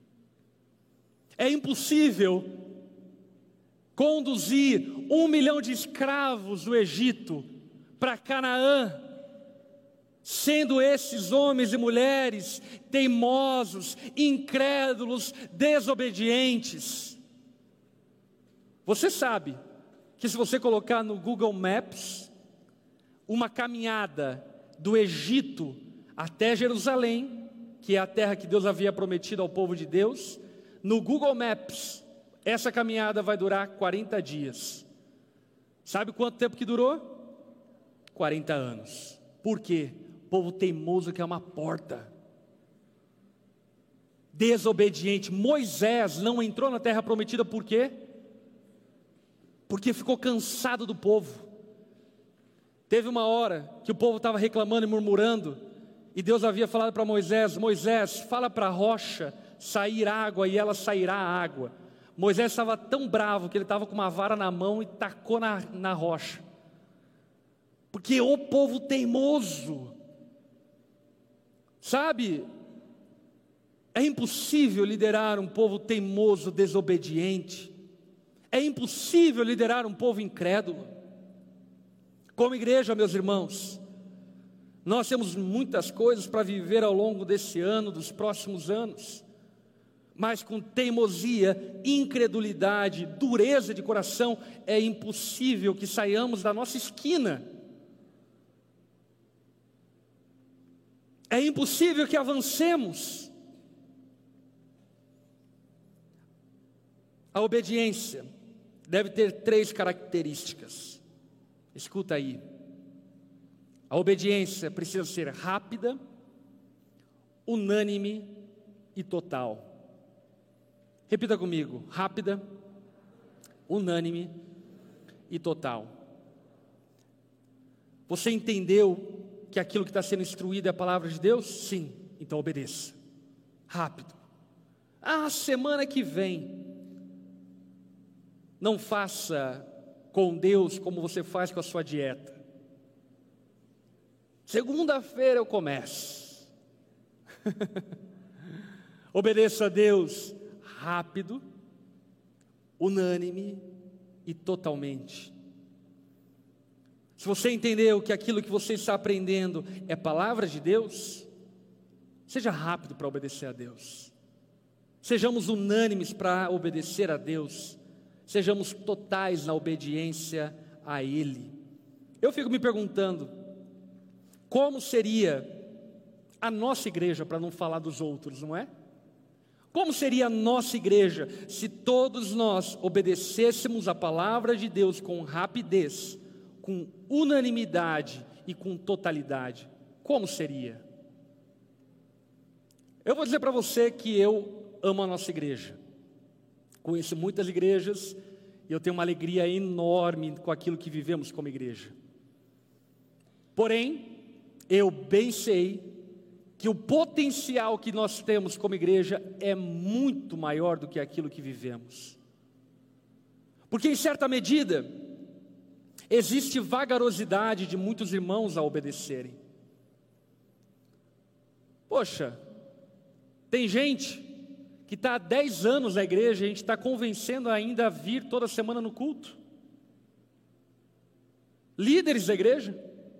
É impossível conduzir 1 milhão de escravos do Egito para Canaã, sendo esses homens e mulheres teimosos, incrédulos, desobedientes. Você sabe que se você colocar no Google Maps uma caminhada do Egito até Jerusalém, que é a terra que Deus havia prometido ao povo de Deus, no Google Maps, essa caminhada vai durar 40 dias. Sabe quanto tempo que durou? 40 anos. Por quê? Povo teimoso que é uma porta. Desobediente. Moisés não entrou na terra prometida por quê? Porque ficou cansado do povo. Teve uma hora que o povo estava reclamando e murmurando, e Deus havia falado para Moisés: Moisés, fala para a rocha sair água, e ela sairá água. Moisés estava tão bravo que ele estava com uma vara na mão e tacou na rocha. Porque o povo teimoso, sabe, é impossível liderar um povo teimoso, desobediente. É impossível liderar um povo incrédulo. Como igreja, meus irmãos, nós temos muitas coisas para viver ao longo desse ano, dos próximos anos, mas com teimosia, incredulidade, dureza de coração, é impossível que saiamos da nossa esquina. É impossível que avancemos. A obediência deve ter 3 características. Escuta aí. A obediência precisa ser rápida, unânime e total. Repita comigo: rápida, unânime e total. Você entendeu que aquilo que está sendo instruído é a palavra de Deus? Sim, então obedeça. Rápido. Semana que vem. Não faça com Deus como você faz com a sua dieta. Segunda-feira eu começo. Obedeça a Deus rápido, unânime e totalmente. se você entendeu que aquilo que você está aprendendo é palavra de Deus, seja rápido para obedecer a Deus. Sejamos unânimes para obedecer a Deus. Sejamos totais na obediência a Ele. Eu fico me perguntando, como seria a nossa igreja, para não falar dos outros, não é? Como seria a nossa igreja se todos nós obedecêssemos a palavra de Deus com rapidez, com unanimidade e com totalidade? Como seria? Eu vou dizer para você que eu amo a nossa igreja. Conheço muitas igrejas e eu tenho uma alegria enorme com aquilo que vivemos como igreja. Porém, eu bem sei que o potencial que nós temos como igreja é muito maior do que aquilo que vivemos. Porque em certa medida, existe vagarosidade de muitos irmãos a obedecerem. Poxa, tem gente que está há 10 anos na igreja, e a gente está convencendo ainda a vir toda semana no culto. Líderes da igreja.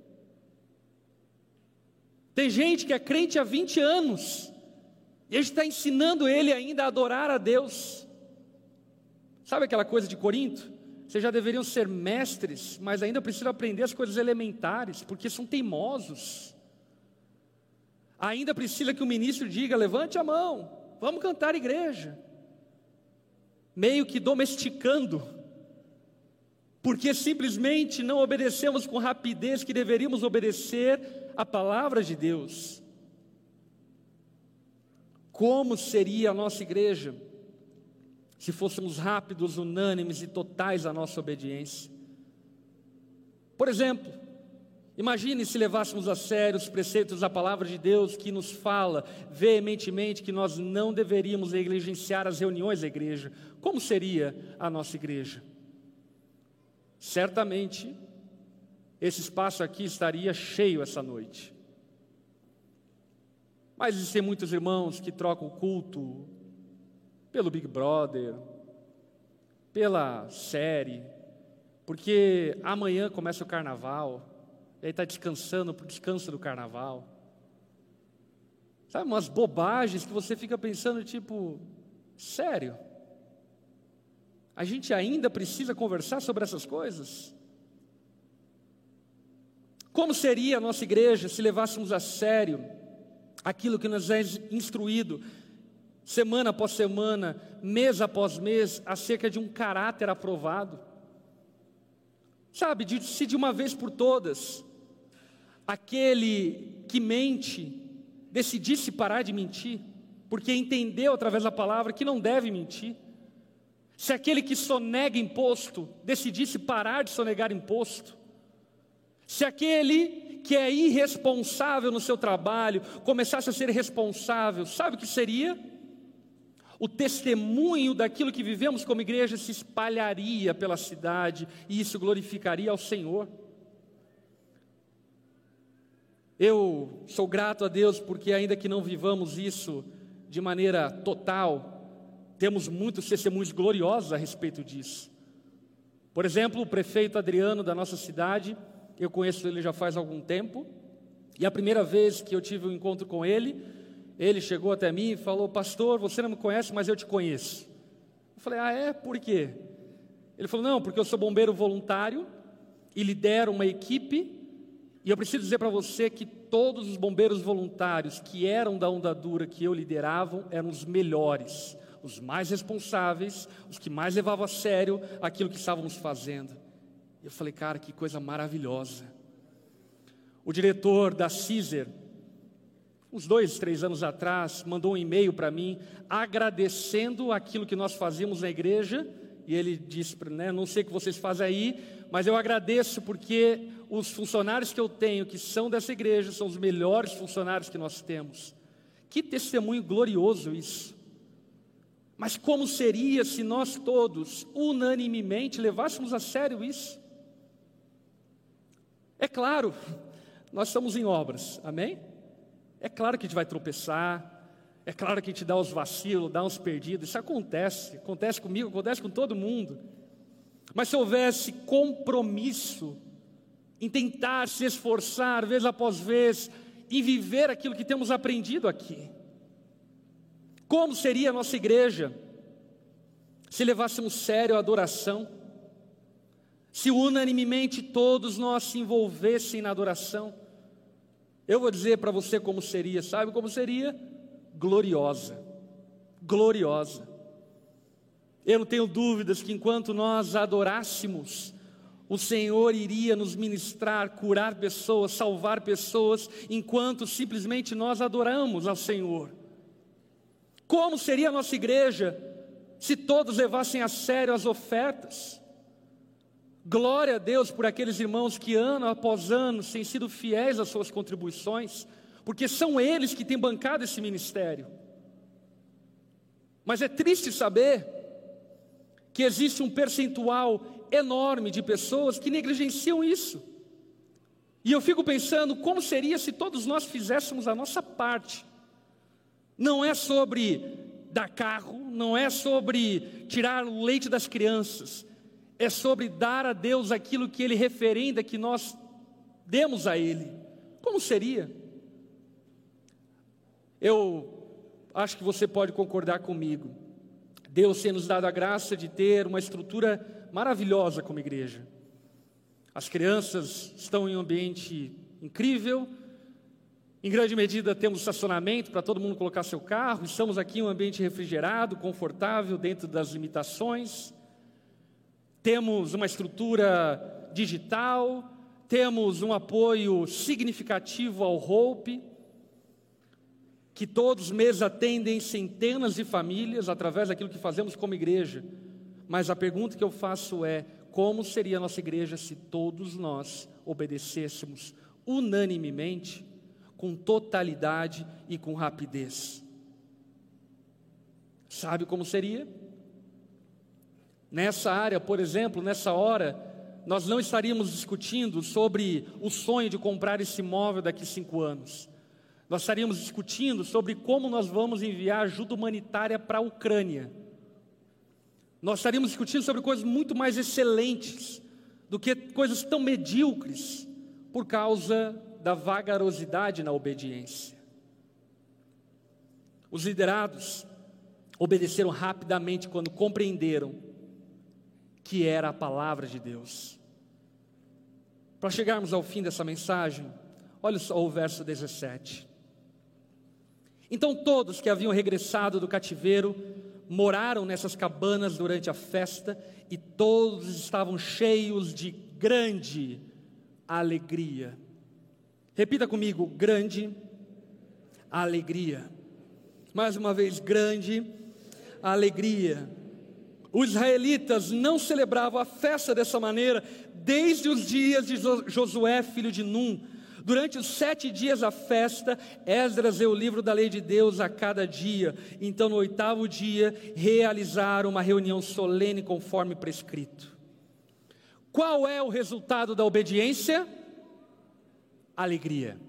Tem gente que é crente há 20 anos, e a gente está ensinando ele ainda a adorar a Deus. Sabe aquela coisa de Corinto? Vocês já deveriam ser mestres, mas ainda precisam aprender as coisas elementares, porque são teimosos. Ainda precisa que o ministro diga, levante a mão, vamos cantar igreja. Meio que domesticando, porque simplesmente não obedecemos com rapidez que deveríamos obedecer a palavra de Deus. Como seria a nossa igreja se fôssemos rápidos, unânimes e totais na nossa obediência? Por exemplo, imagine se levássemos a sério os preceitos da palavra de Deus, que nos fala veementemente que nós não deveríamos negligenciar as reuniões da igreja. Como seria a nossa igreja? Certamente, esse espaço aqui estaria cheio essa noite. Mas existem muitos irmãos que trocam o culto pelo Big Brother, pela série, porque amanhã começa o carnaval, e aí está descansando para o descanso do carnaval. Sabe, umas bobagens que você fica pensando, tipo, sério? A gente ainda precisa conversar sobre essas coisas? Como seria a nossa igreja se levássemos a sério aquilo que nos é instruído, semana após semana, mês após mês, acerca de um caráter aprovado? Sabe, se de uma vez por todas, aquele que mente decidisse parar de mentir, porque entendeu através da palavra que não deve mentir. Se aquele que sonega imposto decidisse parar de sonegar imposto. Se aquele que é irresponsável no seu trabalho começasse a ser responsável, sabe o que seria? O testemunho daquilo que vivemos como igreja se espalharia pela cidade e isso glorificaria ao Senhor. Eu sou grato a Deus porque ainda que não vivamos isso de maneira total, temos muitos testemunhos gloriosos a respeito disso. Por exemplo, o prefeito Adriano da nossa cidade, eu conheço ele já faz algum tempo, e a primeira vez que eu tive um encontro com ele, ele chegou até mim e falou: pastor, você não me conhece, mas eu te conheço. Eu falei: ah é? Por quê? Ele falou: não, porque eu sou bombeiro voluntário e lidero uma equipe, e eu preciso dizer para você que todos os bombeiros voluntários que eram da Ondadura, que eu liderava, eram os melhores, os mais responsáveis, os que mais levavam a sério aquilo que estávamos fazendo. Eu falei: cara, que coisa maravilhosa. O diretor da Caesar, uns 2, 3 anos atrás, mandou um e-mail para mim, agradecendo aquilo que nós fazíamos na igreja, e ele disse, não sei o que vocês fazem aí, mas eu agradeço porque os funcionários que eu tenho, que são dessa igreja, são os melhores funcionários que nós temos. Que testemunho glorioso isso. Mas como seria se nós todos, unanimemente, levássemos a sério isso? É claro, nós estamos em obras, amém? É claro que a gente vai tropeçar, é claro que a gente dá os vacilos, dá uns perdidos, isso acontece comigo, acontece com todo mundo. Mas se houvesse compromisso em tentar se esforçar, vez após vez, em viver aquilo que temos aprendido aqui. Como seria a nossa igreja se levássemos sério a adoração? Se unanimemente todos nós se envolvessem na adoração? Eu vou dizer para você como seria, sabe como seria? Gloriosa, gloriosa. Eu não tenho dúvidas que enquanto nós adorássemos, o Senhor iria nos ministrar, curar pessoas, salvar pessoas, enquanto simplesmente nós adoramos ao Senhor. Como seria a nossa igreja se todos levassem a sério as ofertas? Glória a Deus por aqueles irmãos que ano após ano têm sido fiéis às suas contribuições, porque são eles que têm bancado esse ministério. Mas é triste saber que existe um percentual enorme de pessoas que negligenciam isso. E eu fico pensando, como seria se todos nós fizéssemos a nossa parte? Não é sobre dar carro, não é sobre tirar o leite das crianças, é sobre dar a Deus aquilo que Ele referenda que nós demos a Ele. Como seria? Eu acho que você pode concordar comigo. Deus tem nos dado a graça de ter uma estrutura maravilhosa como igreja. As crianças estão em um ambiente incrível. Em grande medida temos estacionamento para todo mundo colocar seu carro. Estamos aqui em um ambiente refrigerado, confortável, dentro das limitações. Temos uma estrutura digital. Temos um apoio significativo ao Hope, que todos os meses atendem centenas de famílias através daquilo que fazemos como igreja. Mas a pergunta que eu faço é: como seria a nossa igreja se todos nós obedecêssemos unanimemente, com totalidade e com rapidez? Sabe como seria? Nessa área, por exemplo, nessa hora, nós não estaríamos discutindo sobre o sonho de comprar esse imóvel daqui a 5 anos. Nós estaríamos discutindo sobre como nós vamos enviar ajuda humanitária para a Ucrânia. Nós estaríamos discutindo sobre coisas muito mais excelentes do que coisas tão medíocres por causa da vagarosidade na obediência. Os liderados obedeceram rapidamente quando compreenderam que era a palavra de Deus. Para chegarmos ao fim dessa mensagem, olha só o verso 17. Então todos que haviam regressado do cativeiro moraram nessas cabanas durante a festa, e todos estavam cheios de grande alegria. Repita comigo: grande alegria. Mais uma vez, grande alegria. Os israelitas não celebravam a festa dessa maneira desde os dias de Josué, filho de Num. Durante os 7 dias da festa, Esdras leu o livro da lei de Deus a cada dia. Então, no 8º dia, realizaram uma reunião solene conforme prescrito. Qual é o resultado da obediência? Alegria.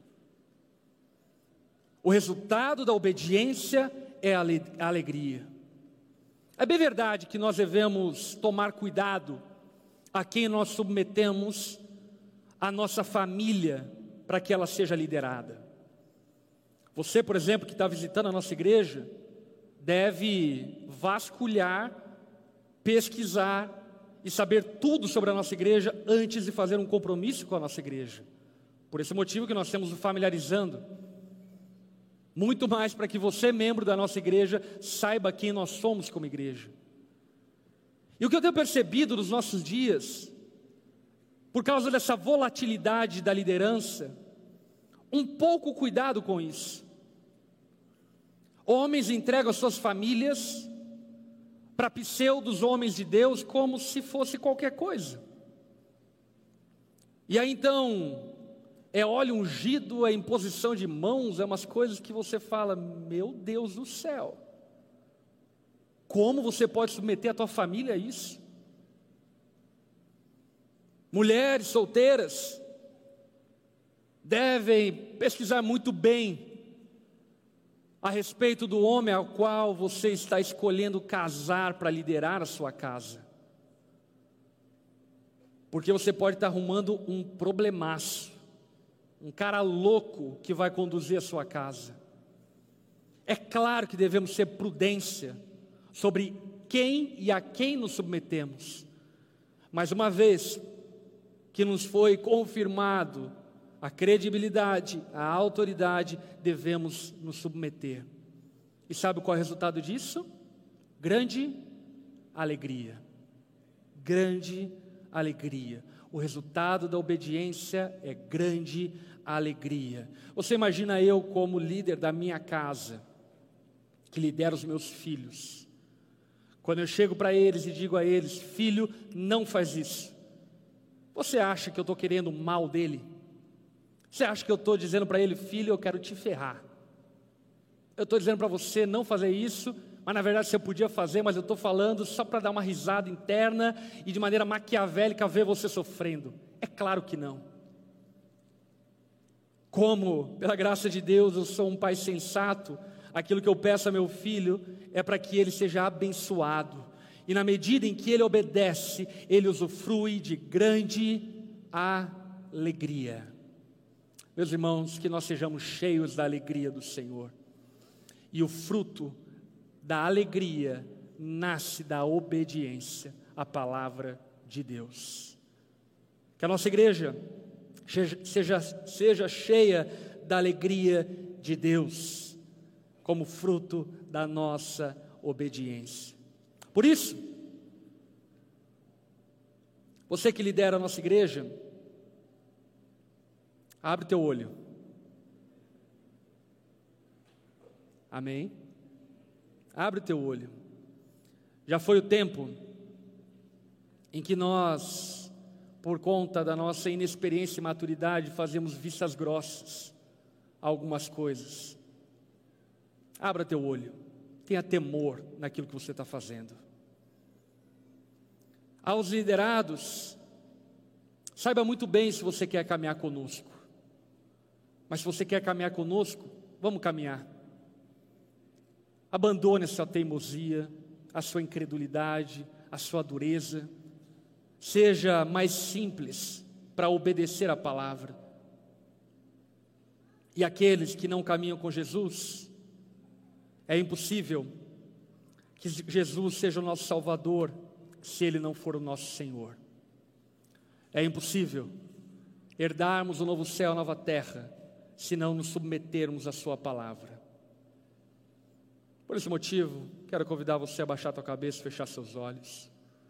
O resultado da obediência é a alegria. É bem verdade que nós devemos tomar cuidado a quem nós submetemos a nossa família para que ela seja liderada. Você, por exemplo, que está visitando a nossa igreja, deve vasculhar, pesquisar e saber tudo sobre a nossa igreja antes de fazer um compromisso com a nossa igreja. Por esse motivo que nós temos o familiarizando. Muito mais para que você, membro da nossa igreja, saiba quem nós somos como igreja. E o que eu tenho percebido nos nossos dias, por causa dessa volatilidade da liderança, um pouco cuidado com isso. Homens entregam as suas famílias para pseudos homens de Deus como se fosse qualquer coisa. E aí então, é óleo ungido, é imposição de mãos, é umas coisas que você fala: meu Deus do céu, como você pode submeter a tua família a isso? Mulheres solteiras devem pesquisar muito bem a respeito do homem ao qual você está escolhendo casar para liderar a sua casa. porque você pode estar arrumando um problemaço, um cara louco que vai conduzir a sua casa. É claro que devemos ter prudência sobre quem e a quem nos submetemos, mas uma vez que nos foi confirmado a credibilidade, a autoridade, devemos nos submeter. E sabe qual é o resultado disso? Grande alegria. Grande alegria. O resultado da obediência é grande alegria. Você imagina eu como líder da minha casa, que lidera os meus filhos, quando eu chego para eles e digo a eles: filho, não faz isso. Você acha que eu estou querendo o mal dele? Você acha que eu estou dizendo para ele: filho, eu quero te ferrar? Eu estou dizendo para você não fazer isso, mas na verdade você podia fazer, mas eu estou falando só para dar uma risada interna e de maneira maquiavélica ver você sofrendo. É claro que não. Como, pela graça de Deus, eu sou um pai sensato, aquilo que eu peço a meu filho é para que ele seja abençoado. E na medida em que ele obedece, ele usufrui de grande alegria. Meus irmãos, que nós sejamos cheios da alegria do Senhor. E o fruto da alegria nasce da obediência à palavra de Deus. Que a nossa igreja seja cheia da alegria de Deus, como fruto da nossa obediência. Por isso, você que lidera a nossa igreja, abre teu olho. Amém? Abre teu olho. Já foi o tempo em que nós, por conta da nossa inexperiência e maturidade, fazemos vistas grossas a algumas coisas. Abra teu olho. Tenha temor naquilo que você está fazendo. Aos liderados, saiba muito bem se você quer caminhar conosco. Mas se você quer caminhar conosco, vamos caminhar. Abandone a sua teimosia, a sua incredulidade, a sua dureza. Seja mais simples para obedecer a palavra. E aqueles que não caminham com Jesus, é impossível que Jesus seja o nosso Salvador se Ele não for o nosso Senhor. É impossível herdarmos o novo céu e a nova terra se não nos submetermos à sua palavra. Por esse motivo, quero convidar você a baixar a tua cabeça e fechar seus olhos.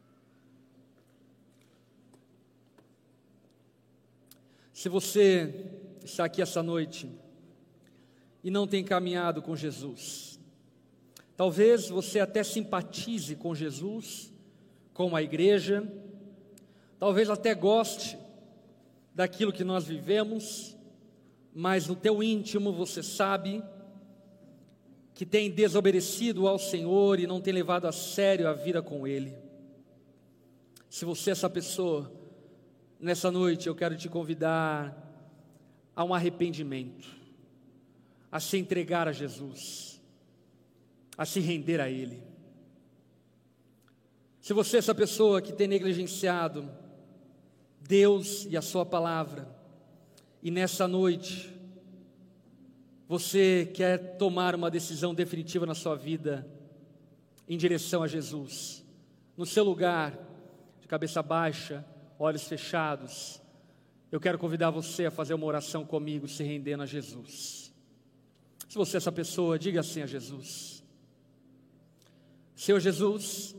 Se você está aqui essa noite e não tem caminhado com Jesus, talvez você até simpatize com Jesus, com a igreja, talvez até goste daquilo que nós vivemos, mas no teu íntimo você sabe que tem desobedecido ao Senhor e não tem levado a sério a vida com Ele. Se você é essa pessoa, nessa noite eu quero te convidar a um arrependimento, a se entregar a Jesus, a se render a Ele. Se você é essa pessoa que tem negligenciado Deus e a sua palavra, e nessa noite você quer tomar uma decisão definitiva na sua vida em direção a Jesus, no seu lugar, de cabeça baixa, olhos fechados, eu quero convidar você a fazer uma oração comigo, se rendendo a Jesus. Se você é essa pessoa, diga assim a Jesus: Senhor Jesus,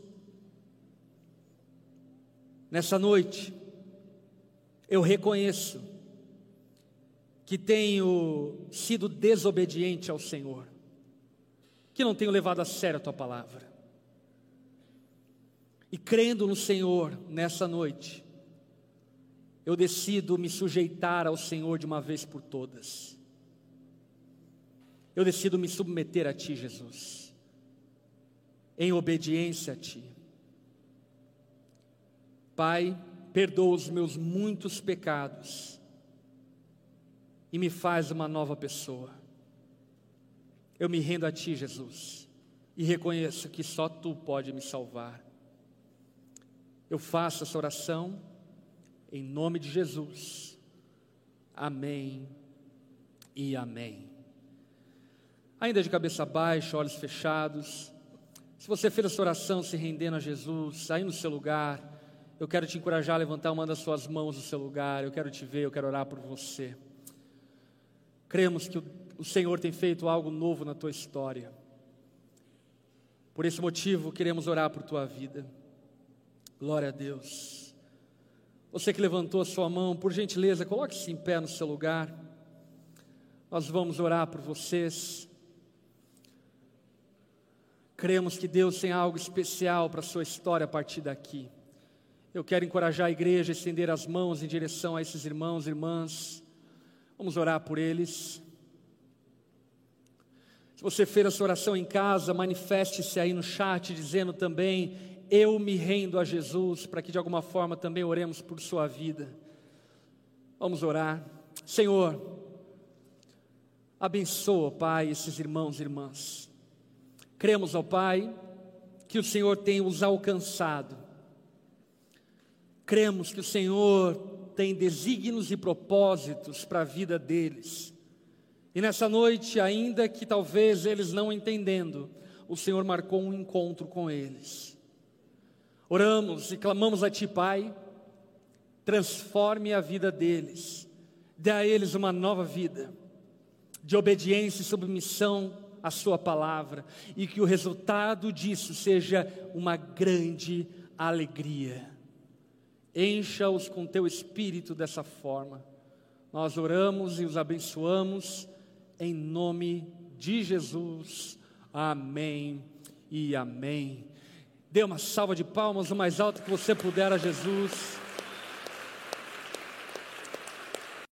nessa noite eu reconheço que tenho sido desobediente ao Senhor, que não tenho levado a sério a Tua palavra. E crendo no Senhor nessa noite, eu decido me sujeitar ao Senhor de uma vez por todas. Eu decido me submeter a Ti, Jesus, em obediência a Ti. Pai, perdoa os meus muitos pecados e me faz uma nova pessoa. Eu me rendo a Ti, Jesus, e reconheço que só Tu pode me salvar. Eu faço essa oração em nome de Jesus. Amém e amém. Ainda de cabeça baixa, olhos fechados, se você fez essa oração se rendendo a Jesus, aí no seu lugar, eu quero te encorajar a levantar uma das suas mãos no seu lugar. Eu quero te ver, eu quero orar por você. Cremos que o Senhor tem feito algo novo na tua história. Por esse motivo, queremos orar por tua vida. Glória a Deus. Você que levantou a sua mão, por gentileza, coloque-se em pé no seu lugar. Nós vamos orar por vocês. Cremos que Deus tem algo especial para a sua história a partir daqui. Eu quero encorajar a igreja a estender as mãos em direção a esses irmãos e irmãs. Vamos orar por eles. Se você fez essa oração em casa, manifeste-se aí no chat dizendo também: eu me rendo a Jesus, para que de alguma forma também oremos por sua vida. Vamos orar. Senhor, abençoa, Pai, esses irmãos e irmãs. Cremos, ó Pai, que o Senhor tem os alcançado. Cremos que o Senhor tem desígnios e propósitos para a vida deles. E nessa noite, ainda que talvez eles não entendendo, o Senhor marcou um encontro com eles. Oramos e clamamos a Ti, Pai, transforme a vida deles, dê a eles uma nova vida, de obediência e submissão à Sua palavra, e que o resultado disso seja uma grande alegria. Encha-os com Teu Espírito dessa forma. Nós oramos e os abençoamos em nome de Jesus. Amém e amém. Dê uma salva de palmas o mais alto que você puder a Jesus.